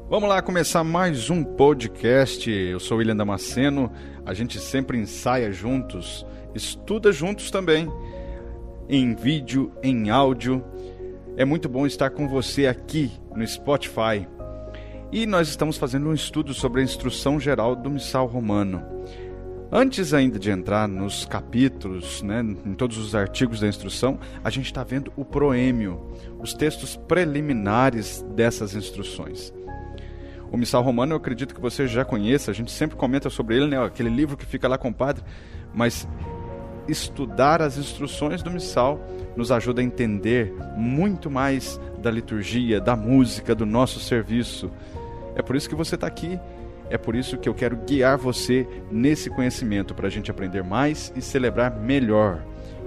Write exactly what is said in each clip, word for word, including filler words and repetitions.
Vamos lá começar mais um podcast. Eu sou o William Damasceno. A gente sempre ensaia juntos, estuda juntos também, em vídeo, em áudio. É muito bom estar com você aqui no Spotify. E nós estamos fazendo um estudo sobre a instrução geral do Missal Romano. Antes ainda de entrar nos capítulos, né, em todos os artigos da instrução, a gente está vendo o proêmio, os textos preliminares dessas instruções. O Missal Romano eu acredito que você já conheça, a gente sempre comenta sobre ele, né, aquele livro que fica lá com o padre, mas estudar as instruções do Missal nos ajuda a entender muito mais da liturgia, da música, do nosso serviço. É por isso que você está aqui, é por isso que eu quero guiar você nesse conhecimento, para a gente aprender mais e celebrar melhor.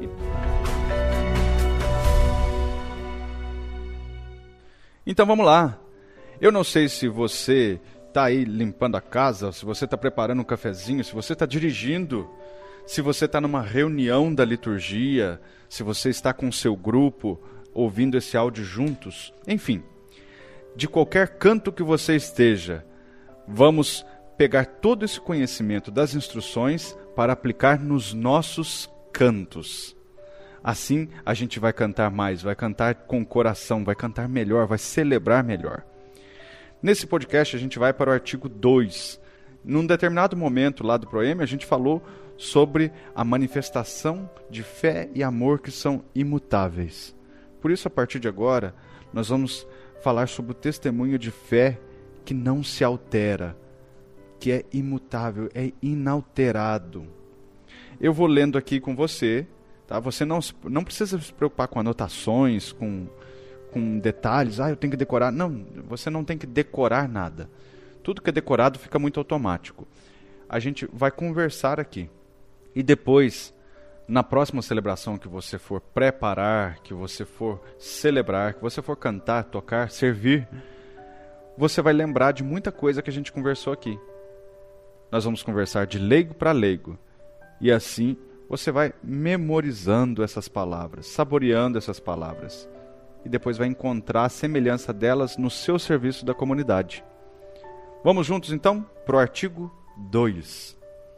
Então vamos lá. Eu não sei se você está aí limpando a casa, se você está preparando um cafezinho, se você está dirigindo, se você está numa reunião da liturgia, se você está com o seu grupo ouvindo esse áudio juntos, enfim, de qualquer canto que você esteja, vamos pegar todo esse conhecimento das instruções para aplicar nos nossos cantos. Assim a gente vai cantar mais, vai cantar com o coração, vai cantar melhor, vai celebrar melhor. Nesse podcast a gente vai para o artigo dois. Num determinado momento lá do proêmio a gente falou sobre a manifestação de fé e amor que são imutáveis. Por isso, a partir de agora, nós vamos falar sobre o testemunho de fé que não se altera, que é imutável, é inalterado. Eu vou lendo aqui com você, tá? Você não, não precisa se preocupar com anotações, com, com detalhes, ah, eu tenho que decorar. Não, você não tem que decorar nada. Tudo que é decorado fica muito automático. A gente vai conversar aqui. E depois, na próxima celebração que você for preparar, que você for celebrar, que você for cantar, tocar, servir, você vai lembrar de muita coisa que a gente conversou aqui. Nós vamos conversar de leigo para leigo. E assim você vai memorizando essas palavras, saboreando essas palavras. E depois vai encontrar a semelhança delas no seu serviço da comunidade. Vamos juntos então para o artigo dois.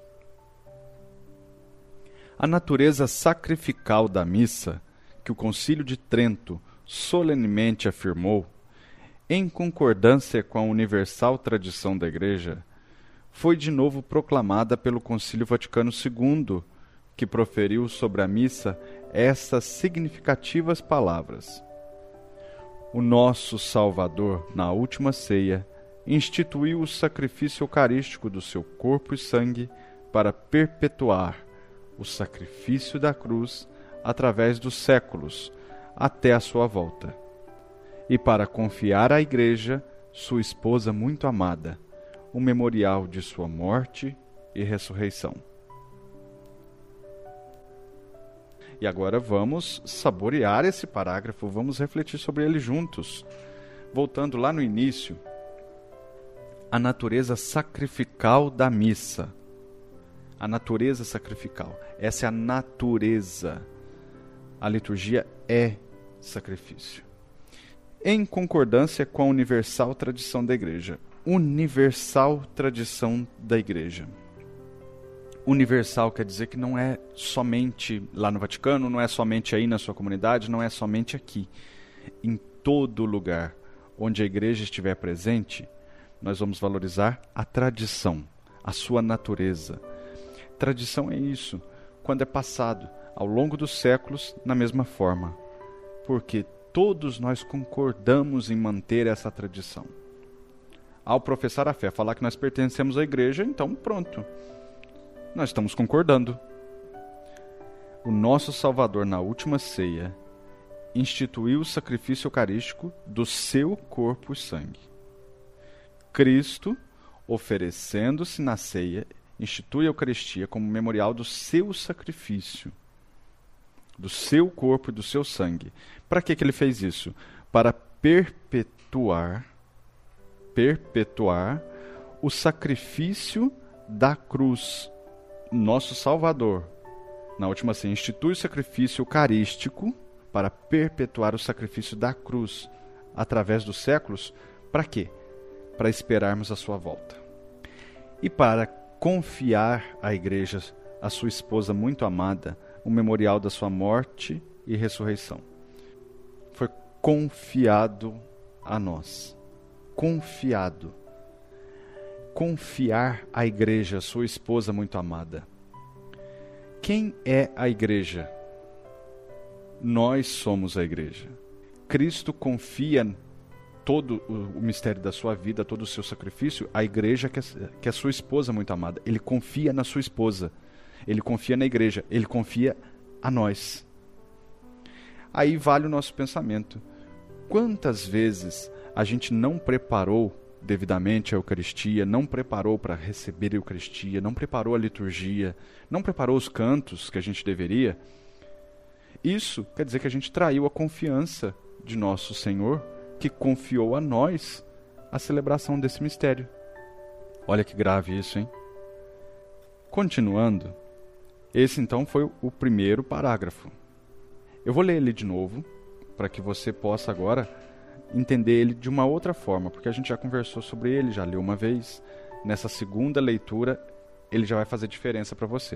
A natureza sacrificial da missa, que o Concílio de Trento solenemente afirmou, em concordância com a universal tradição da Igreja, foi de novo proclamada pelo Concílio Vaticano segundo, que proferiu sobre a missa estas significativas palavras. O nosso Salvador, na última ceia, instituiu o sacrifício eucarístico do seu corpo e sangue para perpetuar o sacrifício da cruz através dos séculos, até a sua volta, e para confiar à Igreja, sua esposa muito amada, o memorial de sua morte e ressurreição. E agora vamos saborear esse parágrafo, vamos refletir sobre ele juntos. Voltando lá no início, a natureza sacrificial da missa. A natureza sacrificial. Essa é a natureza. A liturgia é sacrifício. Em concordância com a universal tradição da Igreja. Universal tradição da Igreja. Universal quer dizer que não é somente lá no Vaticano, não é somente aí na sua comunidade, não é somente aqui. Em todo lugar onde a Igreja estiver presente, nós vamos valorizar a tradição, a sua natureza. Tradição é isso, quando é passado ao longo dos séculos na mesma forma, porque todos nós concordamos em manter essa tradição. Ao professar a fé, falar que nós pertencemos à Igreja, então pronto, nós estamos concordando. O nosso Salvador, na última ceia, instituiu o sacrifício eucarístico do seu corpo e sangue. Cristo, oferecendo-se na ceia, institui a Eucaristia como memorial do seu sacrifício, do seu corpo e do seu sangue. Para que que ele fez isso? Para perpetuar, perpetuar o sacrifício da cruz. Nosso Salvador, na última ceia, institui o sacrifício eucarístico para perpetuar o sacrifício da cruz através dos séculos. Para quê? para esperarmos a sua volta. E para confiar à igreja, a sua esposa muito amada, o memorial da sua morte e ressurreição. Foi confiado a nós. Confiado. Confiar à igreja, sua esposa muito amada. Quem é a igreja? Nós somos a igreja. Cristo confia todo o mistério da sua vida, todo o seu sacrifício, à igreja que é, que é sua esposa muito amada. Ele confia na sua esposa. Ele confia na igreja. Ele confia a nós. Aí vale o nosso pensamento. Quantas vezes a gente não preparou devidamente a Eucaristia, não preparou para receber a Eucaristia, não preparou a liturgia, não preparou os cantos que a gente deveria? Isso quer dizer que a gente traiu a confiança de nosso Senhor, que confiou a nós a celebração desse mistério. Olha que grave isso, hein? Continuando, esse então foi o primeiro parágrafo. Eu vou ler ele de novo, para que você possa agora entender ele de uma outra forma, porque a gente já conversou sobre ele, já leu uma vez. Nessa segunda leitura, ele já vai fazer diferença para você.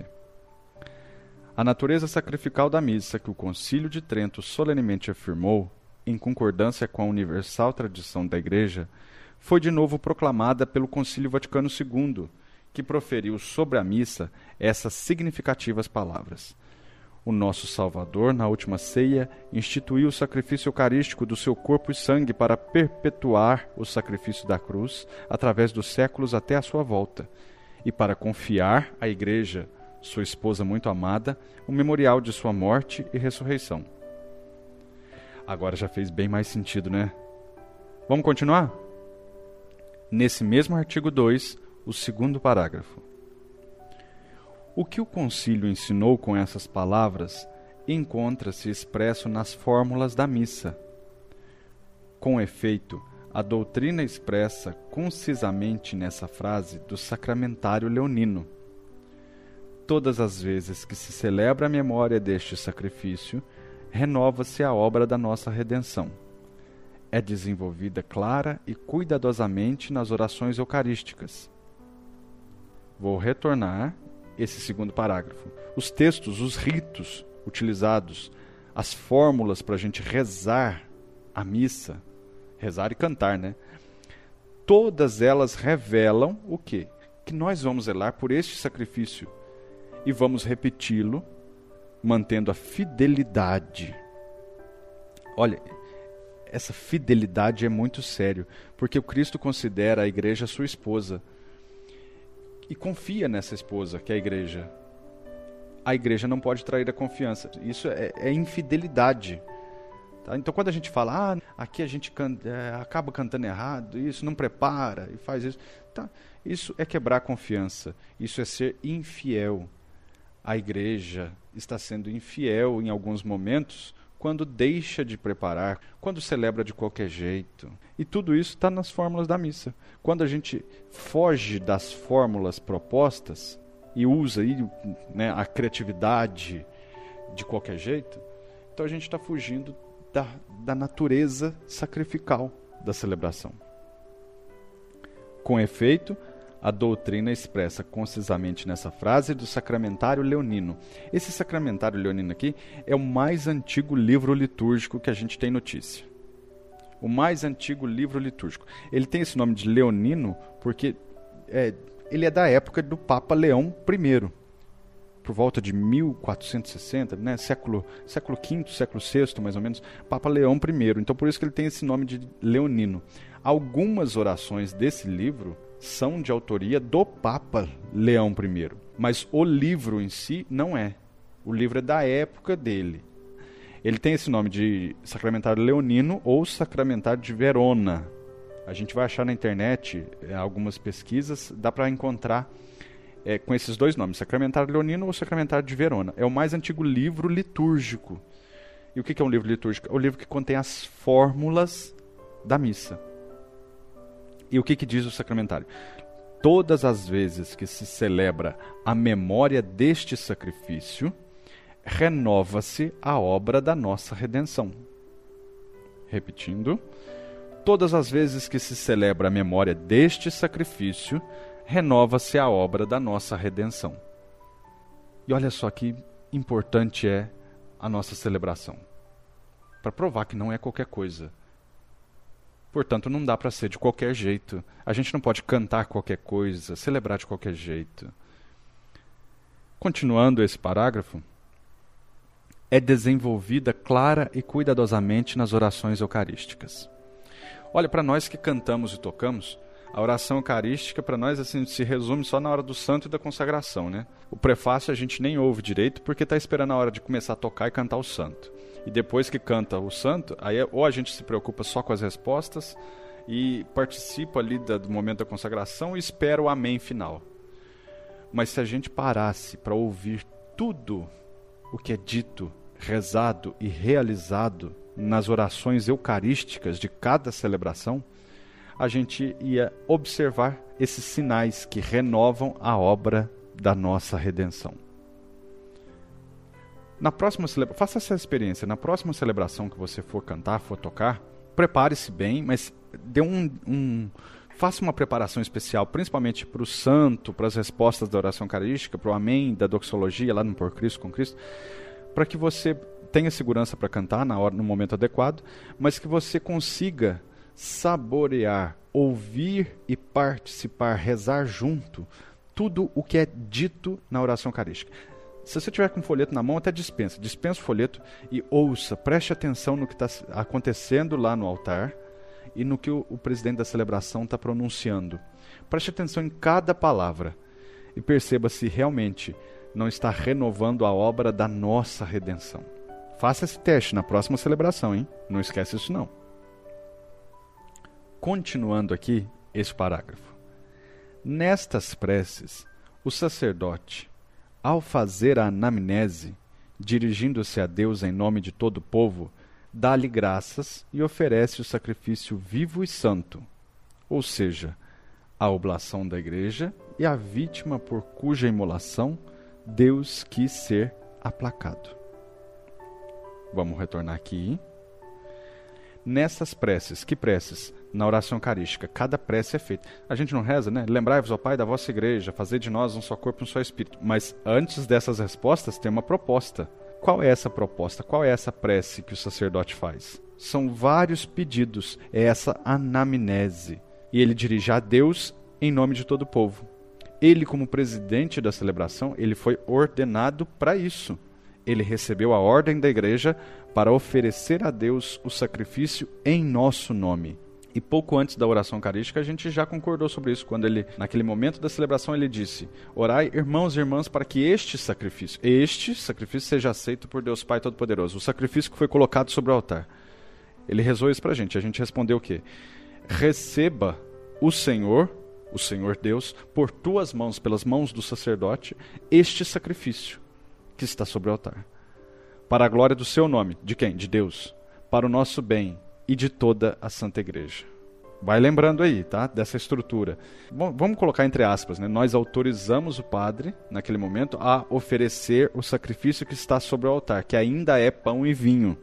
A natureza sacrificial da missa que o Concílio de Trento solenemente afirmou, em concordância com a universal tradição da Igreja, foi de novo proclamada pelo Concílio Vaticano segundo, que proferiu sobre a missa essas significativas palavras. O nosso Salvador, na última ceia, instituiu o sacrifício eucarístico do seu corpo e sangue para perpetuar o sacrifício da cruz através dos séculos até a sua volta, e para confiar à Igreja, sua esposa muito amada, o memorial de sua morte e ressurreição. Agora já fez bem mais sentido, né? Vamos continuar? Nesse mesmo artigo dois, o segundo parágrafo. O que o concílio ensinou com essas palavras encontra-se expresso nas fórmulas da missa. Com efeito, a doutrina expressa concisamente nessa frase do sacramentário leonino. Todas as vezes que se celebra a memória deste sacrifício, renova-se a obra da nossa redenção. É desenvolvida clara e cuidadosamente nas orações eucarísticas. Vou retornar esse segundo parágrafo. Os textos, os ritos utilizados, as fórmulas para a gente rezar a missa, rezar e cantar, né? Todas elas revelam o quê? Que nós vamos zelar por este sacrifício e vamos repeti-lo, mantendo a fidelidade. Olha, essa fidelidade é muito sério, porque o Cristo considera a igreja sua esposa e confia nessa esposa, que é a igreja. A igreja não pode trair a confiança. Isso é, é infidelidade. Tá? Então, quando a gente fala, ah, aqui a gente can- é, acaba cantando errado, isso não prepara e faz isso. Tá? Isso é quebrar a confiança. Isso é ser infiel. A igreja está sendo infiel em alguns momentos quando deixa de preparar, quando celebra de qualquer jeito. E tudo isso está nas fórmulas da missa. Quando a gente foge das fórmulas propostas e usa aí, né, a criatividade de qualquer jeito, então a gente está fugindo da, da natureza sacrificial da celebração. Com efeito, a doutrina expressa concisamente nessa frase do sacramentário leonino. Esse sacramentário leonino aqui é o mais antigo livro litúrgico que a gente tem notícia. O mais antigo livro litúrgico. Ele tem esse nome de leonino porque é, ele é da época do Papa Leão I, por volta de mil quatrocentos e sessenta, né? século, século quinto, século sexto, mais ou menos, Papa Leão I. Então, por isso que ele tem esse nome de leonino. Algumas orações desse livro são de autoria do Papa Leão I, mas o livro em si não é. O livro é da época dele. Ele tem esse nome de Sacramentário Leonino ou Sacramentário de Verona. A gente vai achar na internet é, algumas pesquisas, dá para encontrar é, com esses dois nomes, Sacramentário Leonino ou Sacramentário de Verona. É o mais antigo livro litúrgico. E o que é um livro litúrgico? É o livro que contém as fórmulas da missa. E o que, que diz o sacramentário? Todas as vezes que se celebra a memória deste sacrifício, renova-se a obra da nossa redenção. Repetindo, Todas as vezes que se celebra a memória deste sacrifício, renova-se a obra da nossa redenção. E olha só que importante é a nossa celebração, para provar que não é qualquer coisa. Portanto, não dá para ser de qualquer jeito. A gente não pode cantar qualquer coisa, celebrar de qualquer jeito. Continuando esse parágrafo, é desenvolvida clara e cuidadosamente nas orações eucarísticas. Olha, para nós que cantamos e tocamos, a oração eucarística para nós assim, se resume só na hora do santo e da consagração, né? O prefácio a gente nem ouve direito porque está esperando a hora de começar a tocar e cantar o santo. E depois que canta o santo, aí ou a gente se preocupa só com as respostas e participa ali da, do momento da consagração e espera o amém final. Mas se a gente parasse para ouvir tudo o que é dito, rezado e realizado nas orações eucarísticas de cada celebração, a gente ia observar esses sinais que renovam a obra da nossa redenção. Na próxima celebração, faça essa experiência. Na próxima celebração que você for cantar, for tocar, prepare-se bem, mas dê um, um, faça uma preparação especial, principalmente para o santo, para as respostas da oração eucarística, para o amém, da doxologia, lá no Por Cristo, com Cristo, para que você tenha segurança para cantar na hora, no momento adequado, mas que você consiga saborear, ouvir e participar, rezar junto, tudo o que é dito na oração eucarística. Se você tiver com o folheto na mão, até dispensa. Dispensa o folheto e ouça, preste atenção no que está acontecendo lá no altar e no que o, o presidente da celebração está pronunciando. Preste atenção em cada palavra e perceba se realmente não está renovando a obra da nossa redenção. Faça esse teste na próxima celebração, hein? Não esquece isso não. Continuando aqui esse parágrafo. Nestas preces, o sacerdote, ao fazer a anamnese, dirigindo-se a Deus em nome de todo o povo, dá-lhe graças e oferece o sacrifício vivo e santo, ou seja, a oblação da igreja e a vítima por cuja imolação Deus quis ser aplacado. Vamos retornar aqui. Nessas preces, que preces? Na oração eucarística, cada prece é feita. A gente não reza, né? Lembrai-vos, ó Pai, da vossa igreja, fazei de nós um só corpo e um só espírito. Mas antes dessas respostas tem uma proposta. Qual é essa proposta? Qual é essa prece que o sacerdote faz? São vários pedidos, é essa anamnese. E ele dirige a Deus em nome de todo o povo. Ele, como presidente da celebração, ele foi ordenado para isso. Ele recebeu a ordem da igreja para oferecer a Deus o sacrifício em nosso nome. E pouco antes da oração eucarística, a gente já concordou sobre isso, quando ele, naquele momento da celebração, ele disse: orai, irmãos e irmãs, para que este sacrifício, este sacrifício seja aceito por Deus Pai Todo-Poderoso, o sacrifício que foi colocado sobre o altar. Ele rezou isso para a gente, a gente respondeu o quê? Receba o Senhor, o Senhor Deus, por tuas mãos, pelas mãos do sacerdote, este sacrifício que está sobre o altar. Para a glória do seu nome, de quem? De Deus. Para o nosso bem e de toda a Santa Igreja. Vai lembrando aí, tá? Dessa estrutura. Bom, vamos colocar entre aspas, né? Nós autorizamos o padre, naquele momento, a oferecer o sacrifício que está sobre o altar, que ainda é pão e vinho.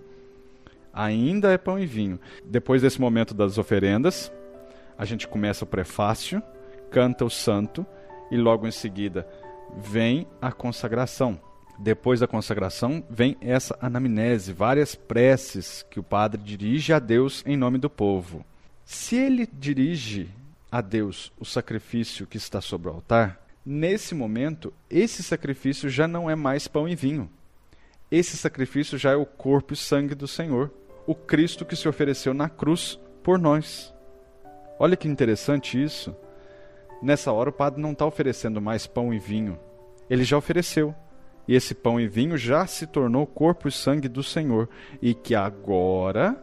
Ainda é pão e vinho. Depois desse momento das oferendas, a gente começa o prefácio, canta o santo e logo em seguida vem a consagração. Depois da consagração vem essa anamnese, várias preces que o padre dirige a Deus em nome do povo. Se ele dirige a Deus o sacrifício que está sobre o altar, nesse momento, esse sacrifício já não é mais pão e vinho. Esse sacrifício já é o corpo e sangue do Senhor, o Cristo que se ofereceu na cruz por nós. Olha que interessante isso. Nessa hora o padre não está oferecendo mais pão e vinho. Ele já ofereceu. E esse pão e vinho já se tornou corpo e sangue do Senhor. E que agora,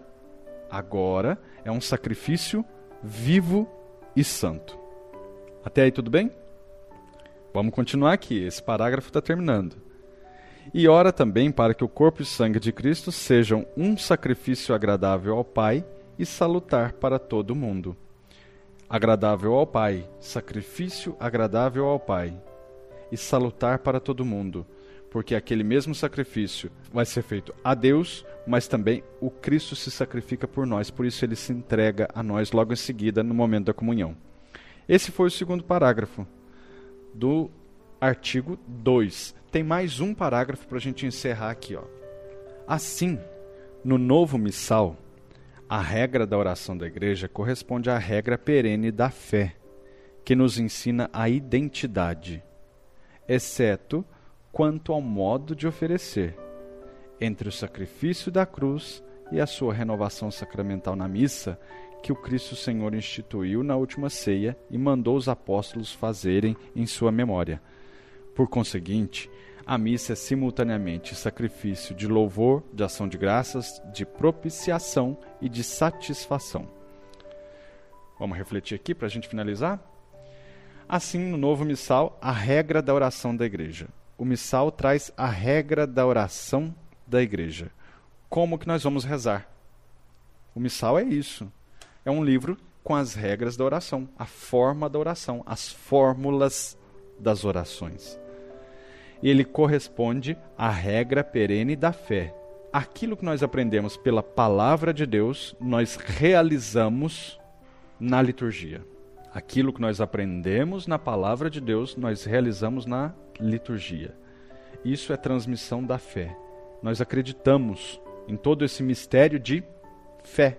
agora é um sacrifício vivo e santo. Até aí tudo bem? Vamos continuar aqui, esse parágrafo está terminando. E ora também para que o corpo e sangue de Cristo sejam um sacrifício agradável ao Pai e salutar para todo o mundo. Agradável ao Pai, sacrifício agradável ao Pai e salutar para todo mundo, porque aquele mesmo sacrifício vai ser feito a Deus, mas também o Cristo se sacrifica por nós, por isso ele se entrega a nós logo em seguida no momento da comunhão. Esse foi o segundo parágrafo do artigo dois. Tem mais um parágrafo para a gente encerrar aqui, ó. Assim, no novo missal, a regra da oração da igreja corresponde à regra perene da fé, que nos ensina a identidade, exceto quanto ao modo de oferecer, entre o sacrifício da cruz e a sua renovação sacramental na missa, que o Cristo Senhor instituiu na última ceia e mandou os apóstolos fazerem em sua memória. Por conseguinte, a missa é simultaneamente sacrifício de louvor, de ação de graças, de propiciação e de satisfação. Vamos refletir aqui para a gente finalizar? Assim, no novo missal, a regra da oração da igreja. O missal traz a regra da oração da igreja. Como que nós vamos rezar? O missal é isso. É um livro com as regras da oração, a forma da oração, as fórmulas das orações. E ele corresponde à regra perene da fé. Aquilo que nós aprendemos pela palavra de Deus, nós realizamos na liturgia. Aquilo que nós aprendemos na palavra de Deus, nós realizamos na liturgia. Isso é transmissão da fé. Nós acreditamos em todo esse mistério de fé.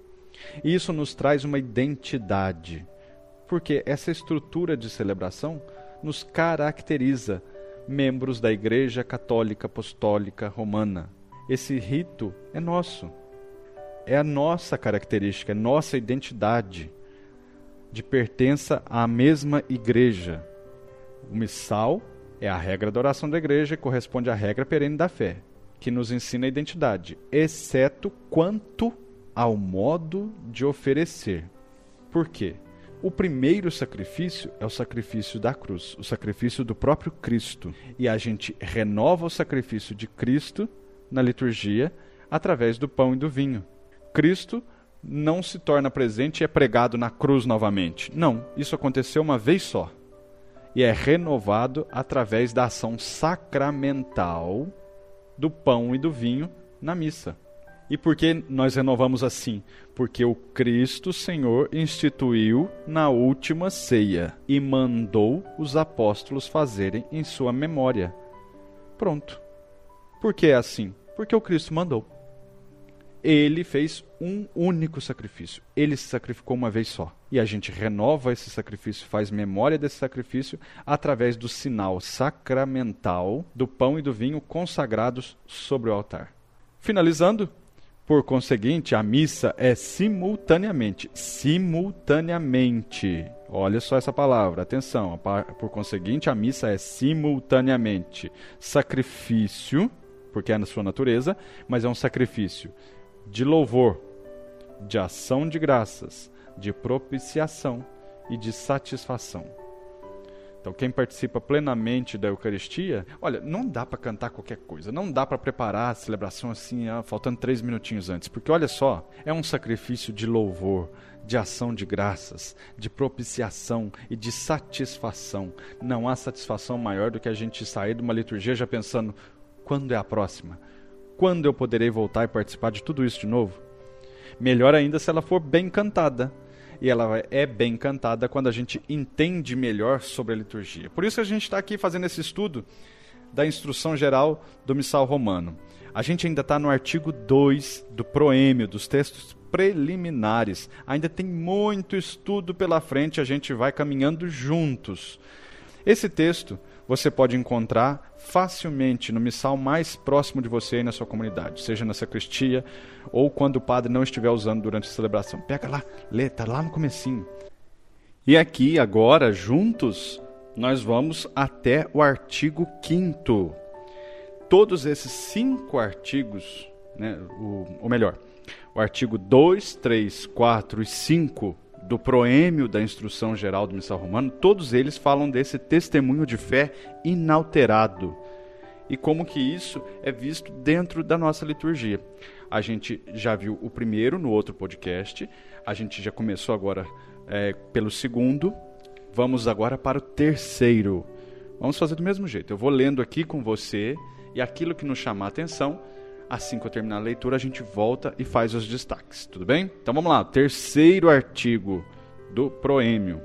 E isso nos traz uma identidade, porque essa estrutura de celebração nos caracteriza membros da Igreja Católica Apostólica Romana. Esse rito é nosso, é a nossa característica, é nossa identidade de pertença à mesma igreja. O missal é a regra da oração da igreja e corresponde à regra perene da fé, que nos ensina a identidade, exceto quanto ao modo de oferecer. Por quê? O primeiro sacrifício é o sacrifício da cruz, o sacrifício do próprio Cristo. E a gente renova o sacrifício de Cristo na liturgia através do pão e do vinho. Cristo não se torna presente e é pregado na cruz novamente. Não, isso aconteceu uma vez só. E é renovado através da ação sacramental do pão e do vinho na missa. E por que nós renovamos assim? Porque o Cristo Senhor instituiu na última ceia e mandou os apóstolos fazerem em sua memória. Pronto. Por que é assim? Porque o Cristo mandou. Ele fez um único sacrifício. Ele se sacrificou uma vez só. E a gente renova esse sacrifício, faz memória desse sacrifício através do sinal sacramental do pão e do vinho consagrados sobre o altar. Finalizando, por conseguinte, a missa é simultaneamente, simultaneamente, olha só essa palavra, atenção, por conseguinte, a missa é simultaneamente sacrifício, porque é na sua natureza, mas é um sacrifício de louvor, de ação de graças, de propiciação e de satisfação. Então, quem participa plenamente da Eucaristia, olha, não dá para cantar qualquer coisa, não dá para preparar a celebração assim, ah, faltando três minutinhos antes, porque olha só, é um sacrifício de louvor, de ação de graças, de propiciação e de satisfação. Não há satisfação maior do que a gente sair de uma liturgia já pensando, quando é a próxima? Quando eu poderei voltar e participar de tudo isso de novo? Melhor ainda se ela for bem cantada. E ela é bem cantada quando a gente entende melhor sobre a liturgia. Por isso que a gente está aqui fazendo esse estudo da instrução geral do Missal Romano. A gente ainda está no artigo dois do proêmio, dos textos preliminares. Ainda tem muito estudo pela frente, a gente vai caminhando juntos. Esse texto você pode encontrar facilmente no missal mais próximo de você e na sua comunidade, seja na sacristia ou quando o padre não estiver usando durante a celebração. Pega lá, lê, está lá no comecinho. E aqui, agora, juntos, nós vamos até o artigo quinto. Todos esses cinco artigos, né, o, ou melhor, o artigo dois, três, quatro e cinco do proêmio da instrução geral do Missal Romano, todos eles falam desse testemunho de fé inalterado. E como que isso é visto dentro da nossa liturgia. A gente já viu o primeiro no outro podcast, a gente já começou agora é, pelo segundo, vamos agora para o terceiro. Vamos fazer do mesmo jeito. Eu vou lendo aqui com você e aquilo que nos chamar a atenção, assim que eu terminar a leitura, a gente volta e faz os destaques. Tudo bem? Então vamos lá. Terceiro artigo do proêmio.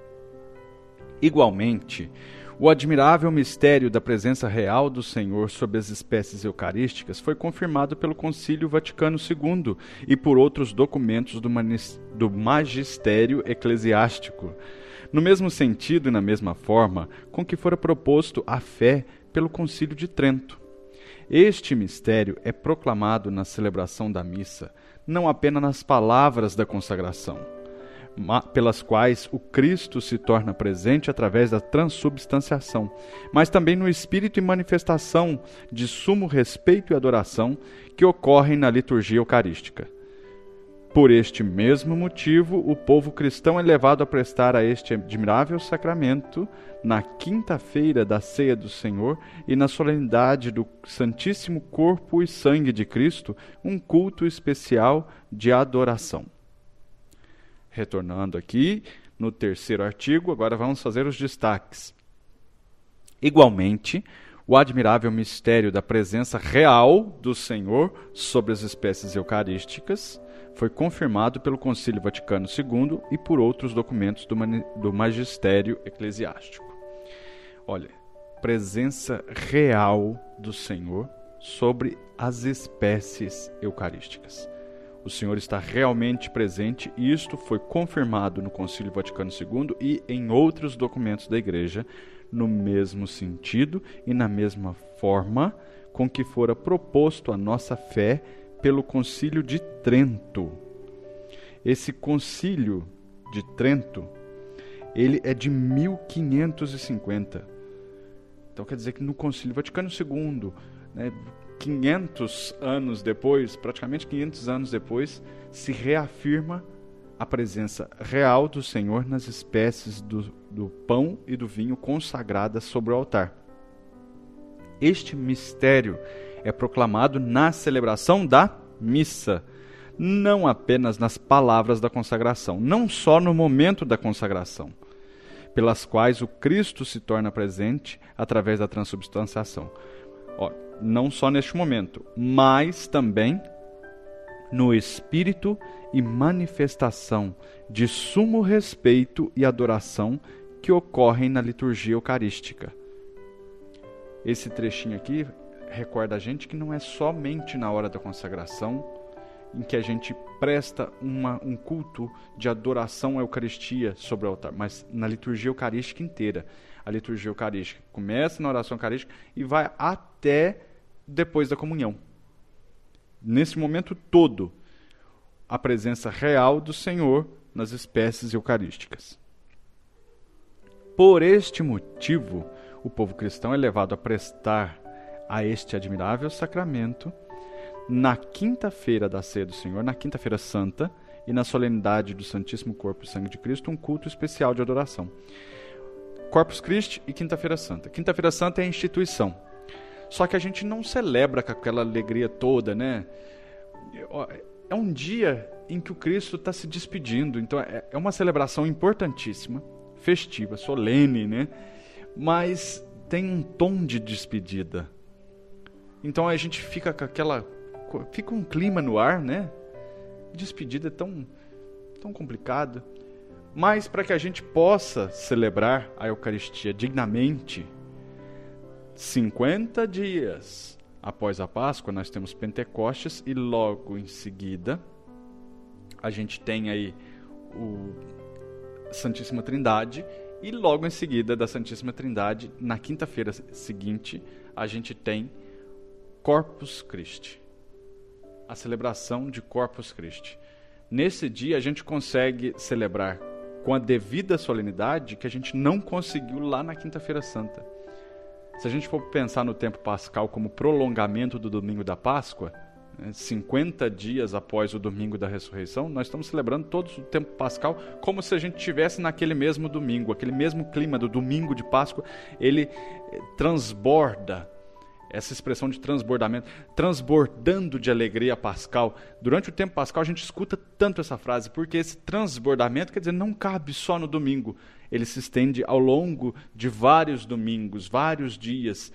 Igualmente, o admirável mistério da presença real do Senhor sobre as espécies eucarísticas foi confirmado pelo Concílio Vaticano segundo e por outros documentos do, manis, do magistério eclesiástico, no mesmo sentido e na mesma forma com que fora proposto a fé pelo Concílio de Trento. Este mistério é proclamado na celebração da missa, não apenas nas palavras da consagração, pelas quais o Cristo se torna presente através da transubstanciação, mas também no espírito e manifestação de sumo respeito e adoração que ocorrem na liturgia eucarística. Por este mesmo motivo, o povo cristão é levado a prestar a este admirável sacramento, na quinta-feira da ceia do Senhor e na solenidade do Santíssimo Corpo e Sangue de Cristo, um culto especial de adoração. Retornando aqui no terceiro artigo, agora vamos fazer os destaques. Igualmente, o admirável mistério da presença real do Senhor sobre as espécies eucarísticas foi confirmado pelo Concílio Vaticano segundo e por outros documentos do, do magistério eclesiástico. Olha, presença real do Senhor sobre as espécies eucarísticas. O Senhor está realmente presente e isto foi confirmado no Concílio Vaticano segundo e em outros documentos da Igreja, no mesmo sentido e na mesma forma com que fora proposto a nossa fé pelo Concílio de Trento. Esse Concílio de Trento, ele é de mil quinhentos e cinquenta. Então quer dizer que no Concílio Vaticano segundo, né, quinhentos anos depois, praticamente quinhentos anos depois, se reafirma a presença real do Senhor nas espécies do, do pão e do vinho consagradas sobre o altar. Este mistério é proclamado na celebração da missa, não apenas nas palavras da consagração, não só no momento da consagração, pelas quais o Cristo se torna presente através da transubstanciação. Ó, não só neste momento, mas também no espírito e manifestação de sumo respeito e adoração que ocorrem na liturgia eucarística. Esse trechinho aqui recorda a gente que não é somente na hora da consagração em que a gente presta uma, um culto de adoração à Eucaristia sobre o altar, mas na liturgia eucarística inteira. A liturgia eucarística começa na oração eucarística e vai até depois da comunhão. Nesse momento todo, a presença real do Senhor nas espécies eucarísticas. Por este motivo, o povo cristão é levado a prestar a este admirável sacramento na quinta-feira da ceia do Senhor, na quinta-feira santa e na solenidade do Santíssimo Corpo e Sangue de Cristo, um culto especial de adoração. Corpus Christi e quinta-feira santa. Quinta-feira santa é a instituição. Só que a gente não celebra com aquela alegria toda, né? É um dia em que o Cristo está se despedindo, então é uma celebração importantíssima, festiva, solene, né? Mas tem um tom de despedida. Então a gente fica com aquela... Fica um clima no ar, né? Despedida é tão, tão complicado. Mas para que a gente possa celebrar a Eucaristia dignamente, cinquenta dias após a Páscoa, nós temos Pentecostes e logo em seguida a gente tem aí o Santíssima Trindade e logo em seguida da Santíssima Trindade, na quinta-feira seguinte, a gente tem Corpus Christi, a celebração de Corpus Christi. Nesse dia a gente consegue celebrar com a devida solenidade que a gente não conseguiu lá na Quinta-feira Santa. Se a gente for pensar no tempo pascal como prolongamento do domingo da Páscoa, né, cinquenta dias após o domingo da ressurreição, nós estamos celebrando todo o tempo pascal como se a gente estivesse naquele mesmo domingo, aquele mesmo clima do domingo de Páscoa, ele transborda Essa expressão de transbordamento, transbordando de alegria pascal. Durante o tempo pascal a gente escuta tanto essa frase, porque esse transbordamento, quer dizer, não cabe só no domingo. Ele se estende ao longo de vários domingos, vários dias,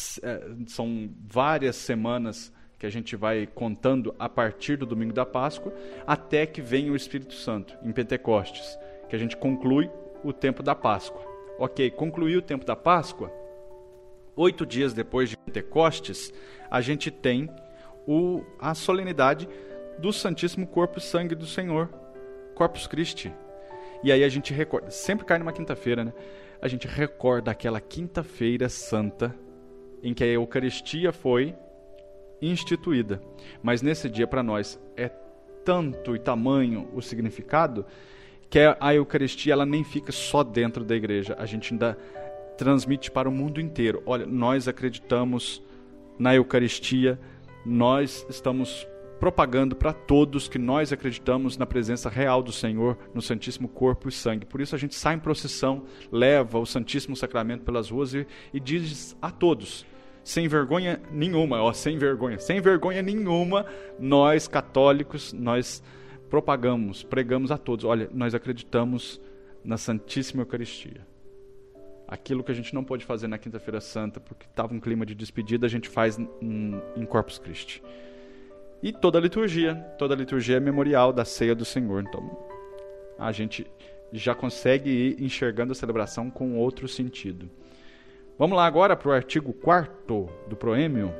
são várias semanas que a gente vai contando a partir do domingo da Páscoa, até que venha o Espírito Santo, em Pentecostes, que a gente conclui o tempo da Páscoa. Ok, concluiu o tempo da Páscoa, oito dias depois de Pentecostes, a gente tem o, a solenidade do Santíssimo Corpo e Sangue do Senhor, Corpus Christi. E aí a gente recorda, sempre cai numa quinta-feira, né? A gente recorda aquela quinta-feira santa em que a Eucaristia foi instituída. Mas nesse dia para nós é tanto e tamanho o significado que a Eucaristia ela nem fica só dentro da igreja. A gente ainda transmite para o mundo inteiro. Olha, nós acreditamos na Eucaristia, nós estamos propagando para todos que nós acreditamos na presença real do Senhor, no Santíssimo Corpo e Sangue. Por isso a gente sai em procissão, leva o Santíssimo Sacramento pelas ruas e, e diz a todos, sem vergonha nenhuma, ó, sem vergonha, sem vergonha nenhuma, nós católicos, nós propagamos, pregamos a todos, olha, nós acreditamos na Santíssima Eucaristia. Aquilo que a gente não pôde fazer na Quinta-feira Santa, porque estava um clima de despedida, a gente faz em, em Corpus Christi. E toda a liturgia, toda a liturgia é memorial da ceia do Senhor. Então, a gente já consegue ir enxergando a celebração com outro sentido. Vamos lá agora para o artigo quarto do proêmio.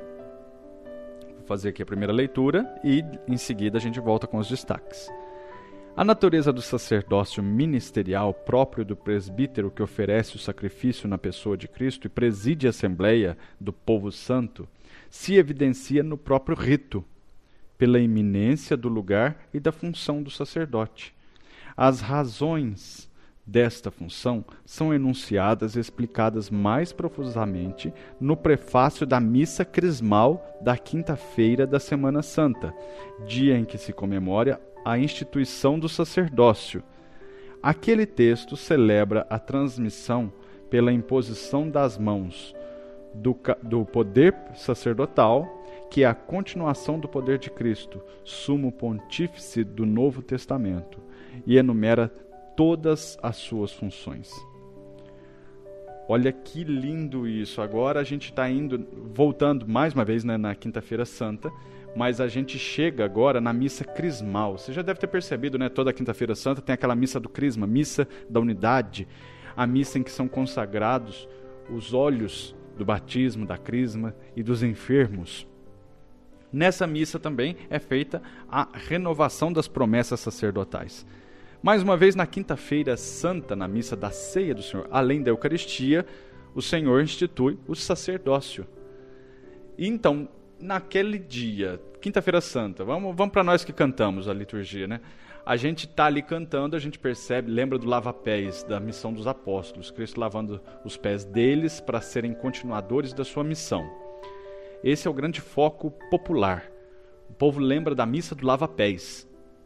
Vou fazer aqui a primeira leitura e, em seguida, a gente volta com os destaques. A natureza do sacerdócio ministerial próprio do presbítero que oferece o sacrifício na pessoa de Cristo e preside a Assembleia do Povo Santo se evidencia no próprio rito, pela iminência do lugar e da função do sacerdote. As razões desta função são enunciadas e explicadas mais profusamente no prefácio da Missa Crismal da quinta-feira da Semana Santa, dia em que se comemora a instituição do sacerdócio. Aquele texto celebra a transmissão pela imposição das mãos do, do poder sacerdotal, que é a continuação do poder de Cristo, sumo pontífice do Novo Testamento, e enumera todas as suas funções. Olha que lindo isso. Agora a gente está indo, voltando mais uma vez, né, na Quinta-feira Santa, mas a gente chega agora na missa crismal. Você já deve ter percebido, né? Toda Quinta-feira Santa tem aquela missa do crisma, missa da unidade, a missa em que são consagrados os óleos do batismo, da crisma e dos enfermos. Nessa missa também é feita a renovação das promessas sacerdotais. Mais uma vez, na Quinta-feira Santa, na missa da Ceia do Senhor, além da Eucaristia, o Senhor institui o sacerdócio. E então, naquele dia, Quinta-feira Santa, vamos, vamos para nós que cantamos a liturgia, né? A gente está ali cantando, a gente percebe, lembra do lava-pés, da missão dos apóstolos, Cristo lavando os pés deles para serem continuadores da sua missão. Esse é o grande foco popular. O povo lembra da missa do lava-pés.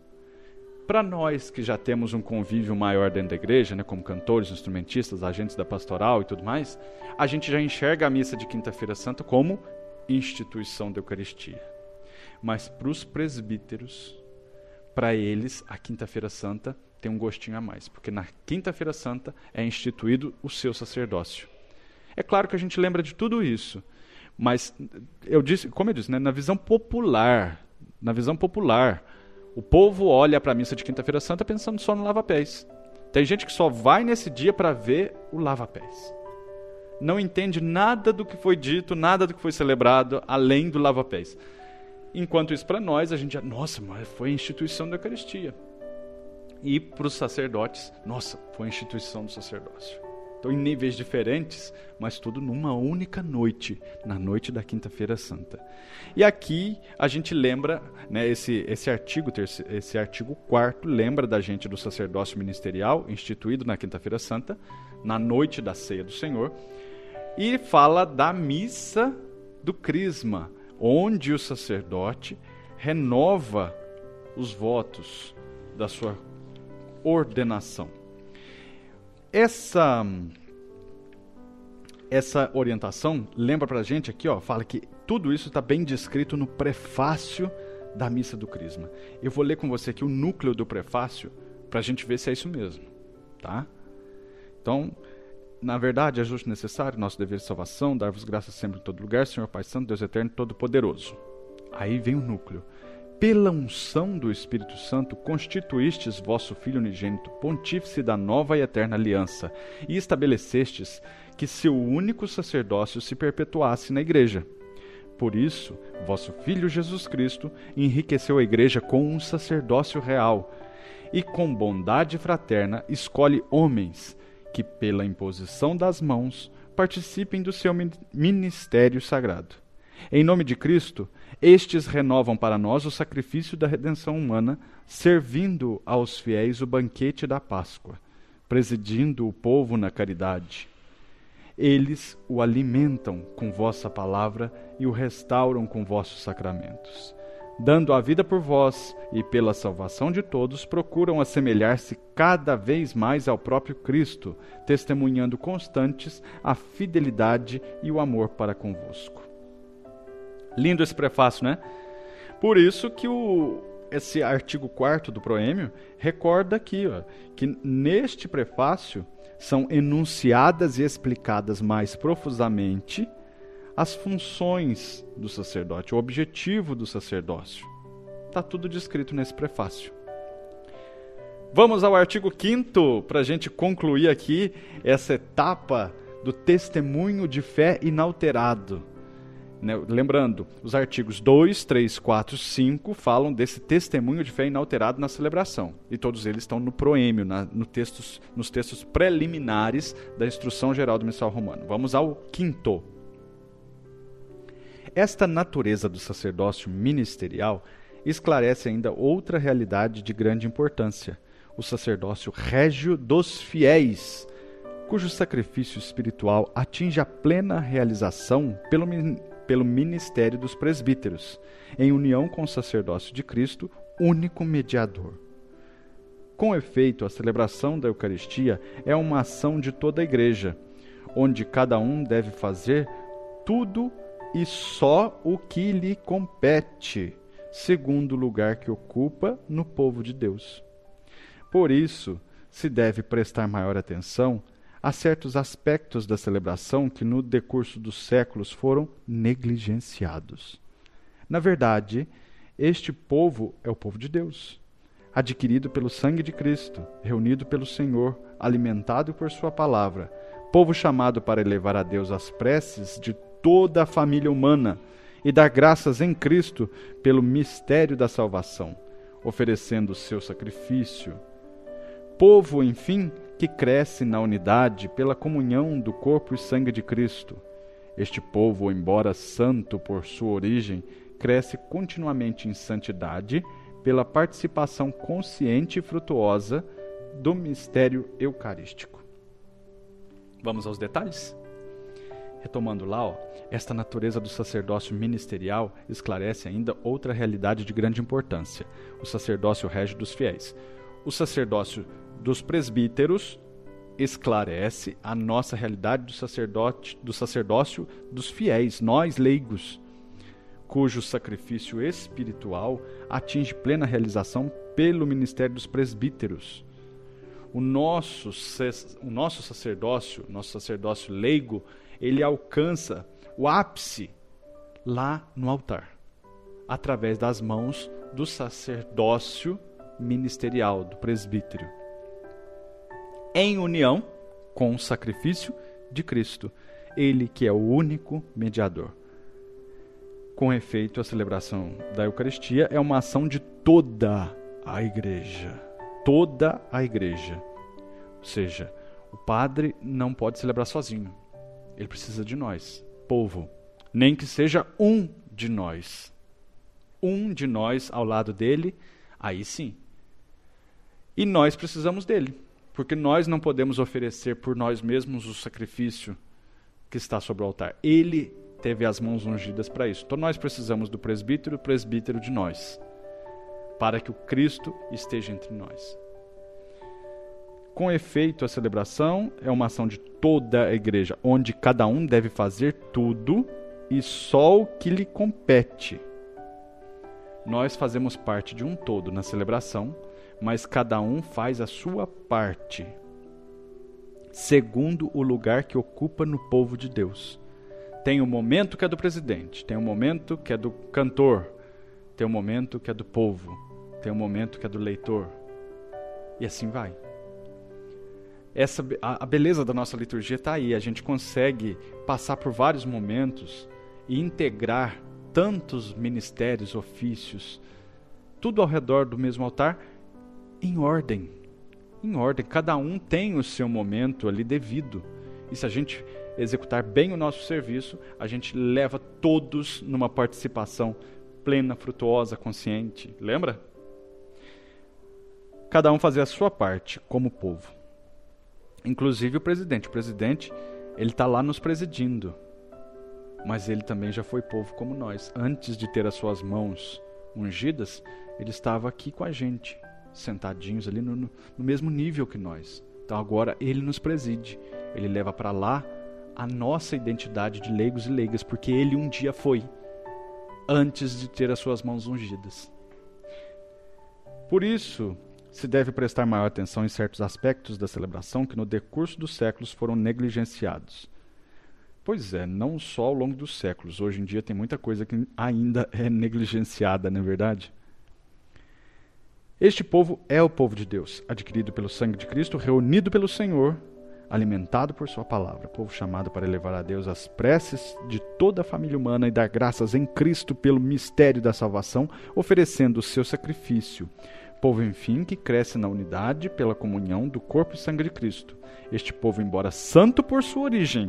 Para nós que já temos um convívio maior dentro da igreja, né, como cantores, instrumentistas, agentes da pastoral e tudo mais, a gente já enxerga a missa de Quinta-feira Santa como instituição da Eucaristia. Mas para os presbíteros, para eles, a Quinta-feira Santa tem um gostinho a mais, porque na Quinta-feira Santa é instituído o seu sacerdócio. É claro que a gente lembra de tudo isso, mas, eu disse, como eu disse, né, na visão popular, na visão popular, o povo olha para a missa de Quinta-feira Santa pensando só no lava-pés. Tem gente que só vai nesse dia para ver o lava-pés. Não entende nada do que foi dito, nada do que foi celebrado, além do lava-pés. Enquanto isso, para nós, a gente já, nossa, mas foi a instituição da Eucaristia. E para os sacerdotes, nossa, foi a instituição do sacerdócio. Então, em níveis diferentes, mas tudo numa única noite, na noite da Quinta-feira Santa. E aqui a gente lembra, né, esse, esse artigo terceiro, esse artigo quarto lembra da gente do sacerdócio ministerial instituído na Quinta-feira Santa, na noite da Ceia do Senhor, e fala da missa do crisma, onde o sacerdote renova os votos da sua ordenação. Essa, essa orientação lembra pra gente aqui, ó, fala que tudo isso está bem descrito no prefácio da Missa do Crisma. Eu vou ler com você aqui o núcleo do prefácio para a gente ver se é isso mesmo, tá? Então, na verdade, é justo e necessário, nosso dever de salvação, dar-vos graças sempre em todo lugar, Senhor Pai Santo, Deus Eterno, Todo-Poderoso. Aí vem o núcleo. Pela unção do Espírito Santo, constituístes vosso Filho unigênito, pontífice da nova e eterna aliança, e estabelecestes que seu único sacerdócio se perpetuasse na Igreja. Por isso, vosso Filho Jesus Cristo enriqueceu a Igreja com um sacerdócio real, e com bondade fraterna escolhe homens que, pela imposição das mãos, participem do seu ministério sagrado. Em nome de Cristo, estes renovam para nós o sacrifício da redenção humana, servindo aos fiéis o banquete da Páscoa, presidindo o povo na caridade. Eles o alimentam com vossa palavra e o restauram com vossos sacramentos. Dando a vida por vós e pela salvação de todos, procuram assemelhar-se cada vez mais ao próprio Cristo, testemunhando constantes a fidelidade e o amor para convosco. Lindo esse prefácio, né? Por isso que o, esse artigo quarto do proêmio recorda aqui, ó, que neste prefácio são enunciadas e explicadas mais profusamente as funções do sacerdote, o objetivo do sacerdócio. Está tudo descrito nesse prefácio. Vamos ao artigo quinto, para a gente concluir aqui essa etapa do testemunho de fé inalterado. Lembrando, os artigos dois, três, quatro, cinco falam desse testemunho de fé inalterado na celebração. E todos eles estão no proêmio, na, no textos, nos textos preliminares da Instrução Geral do Missal Romano. Vamos ao quinto. Esta natureza do sacerdócio ministerial esclarece ainda outra realidade de grande importância: o sacerdócio régio dos fiéis, cujo sacrifício espiritual atinge a plena realização pelo pelo ministério dos presbíteros, em união com o sacerdócio de Cristo, único mediador. Com efeito, a celebração da Eucaristia é uma ação de toda a Igreja, onde cada um deve fazer tudo e só o que lhe compete, segundo o lugar que ocupa no povo de Deus. Por isso, se deve prestar maior atenção há certos aspectos da celebração que no decurso dos séculos foram negligenciados. Na verdade, este povo é o povo de Deus, adquirido pelo sangue de Cristo, reunido pelo Senhor, alimentado por sua palavra, povo chamado para elevar a Deus as preces de toda a família humana e dar graças em Cristo pelo mistério da salvação, oferecendo o seu sacrifício. Povo, enfim, que cresce na unidade pela comunhão do corpo e sangue de Cristo. Este povo, embora santo por sua origem, cresce continuamente em santidade pela participação consciente e frutuosa do mistério eucarístico. Vamos aos detalhes? Retomando lá, ó, esta natureza do sacerdócio ministerial esclarece ainda outra realidade de grande importância: o sacerdócio régio dos fiéis. O sacerdócio dos presbíteros esclarece a nossa realidade do, sacerdote, do sacerdócio dos fiéis, nós leigos, cujo sacrifício espiritual atinge plena realização pelo ministério dos presbíteros. O nosso, o nosso sacerdócio, nosso sacerdócio leigo, ele alcança o ápice lá no altar, através das mãos do sacerdócio ministerial, do presbítero, em união com o sacrifício de Cristo, ele que é o único mediador. Com efeito, a celebração da Eucaristia é uma ação de toda a Igreja, toda a Igreja. Ou seja, o padre não pode celebrar sozinho, ele precisa de nós, povo, nem que seja um de nós, um de nós ao lado dele, aí sim. E nós precisamos dele, porque nós não podemos oferecer por nós mesmos o sacrifício que está sobre o altar. Ele teve as mãos ungidas para isso. Então nós precisamos do presbítero, o presbítero de nós, para que o Cristo esteja entre nós. Com efeito, a celebração é uma ação de toda a igreja, onde cada um deve fazer tudo e só o que lhe compete. Nós fazemos parte de um todo na celebração, mas cada um faz a sua parte, segundo o lugar que ocupa no povo de Deus. Tem um momento que é do presidente, tem um momento que é do cantor, tem um momento que é do povo, tem um momento que é do leitor, e assim vai. Essa, a, a beleza da nossa liturgia está aí, a gente consegue passar por vários momentos e integrar tantos ministérios, ofícios, tudo ao redor do mesmo altar, em ordem, em ordem, cada um tem o seu momento ali devido, e se a gente executar bem o nosso serviço, a gente leva todos numa participação plena, frutuosa, consciente, lembra? Cada um fazer a sua parte como povo. Inclusive o presidente. O presidente, ele está lá nos presidindo. Mas ele também já foi povo como nós. Antes de ter as suas mãos ungidas, ele estava aqui com a gente, sentadinhos ali no, no mesmo nível que nós. Então agora ele nos preside. Ele leva para lá a nossa identidade de leigos e leigas, porque ele um dia foi, antes de ter as suas mãos ungidas. Por isso, se deve prestar maior atenção em certos aspectos da celebração que no decurso dos séculos foram negligenciados. Pois é, não só ao longo dos séculos. Hoje em dia tem muita coisa que ainda é negligenciada, não é verdade? Este povo é o povo de Deus, adquirido pelo sangue de Cristo, reunido pelo Senhor, alimentado por sua palavra. Povo chamado para elevar a Deus as preces de toda a família humana e dar graças em Cristo pelo mistério da salvação, oferecendo o seu sacrifício. Povo, enfim, que cresce na unidade pela comunhão do corpo e sangue de Cristo. Este povo, embora santo por sua origem,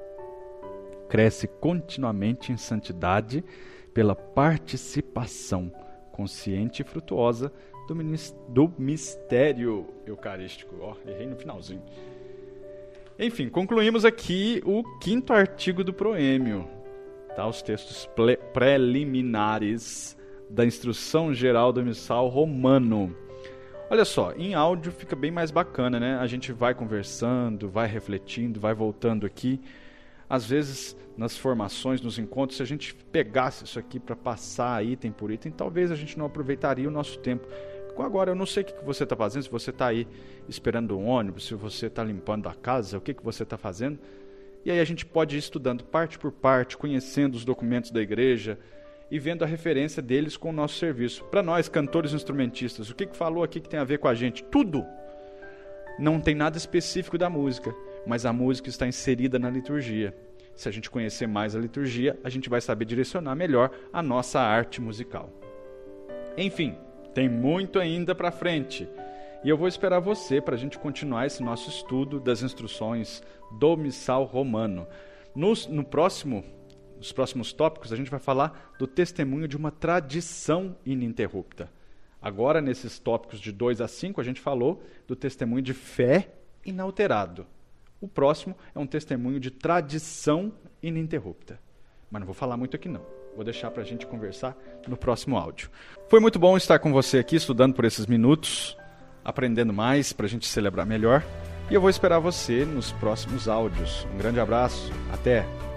cresce continuamente em santidade pela participação consciente e frutuosa do, do mistério eucarístico. Ó, oh, errei no finalzinho. Enfim, concluímos aqui o quinto artigo do proêmio, tá? Os textos preliminares da Instrução Geral do Missal Romano. Olha só, em áudio fica bem mais bacana, né? A gente vai conversando, vai refletindo, vai voltando aqui. Às vezes, nas formações, nos encontros, se a gente pegasse isso aqui para passar item por item, talvez a gente não aproveitaria o nosso tempo. Agora, eu não sei o que você está fazendo, se você está aí esperando um ônibus, se você está limpando a casa, o que, que você está fazendo. E aí a gente pode ir estudando parte por parte, conhecendo os documentos da igreja e vendo a referência deles com o nosso serviço. Para nós, cantores e instrumentistas, o que, que falou aqui que tem a ver com a gente? Tudo! Não tem nada específico da música, mas a música está inserida na liturgia. Se a gente conhecer mais a liturgia, a gente vai saber direcionar melhor a nossa arte musical. Enfim, tem muito ainda para frente. E eu vou esperar você para a gente continuar esse nosso estudo das instruções do Missal Romano. Nos, no próximo, nos próximos tópicos, a gente vai falar do testemunho de uma tradição ininterrupta. Agora, nesses tópicos de dois a cinco, a gente falou do testemunho de fé inalterado. O próximo é um testemunho de tradição ininterrupta. Mas não vou falar muito aqui não. Vou deixar para a gente conversar no próximo áudio. Foi muito bom estar com você aqui, estudando por esses minutos, aprendendo mais para a gente celebrar melhor. E eu vou esperar você nos próximos áudios. Um grande abraço. Até!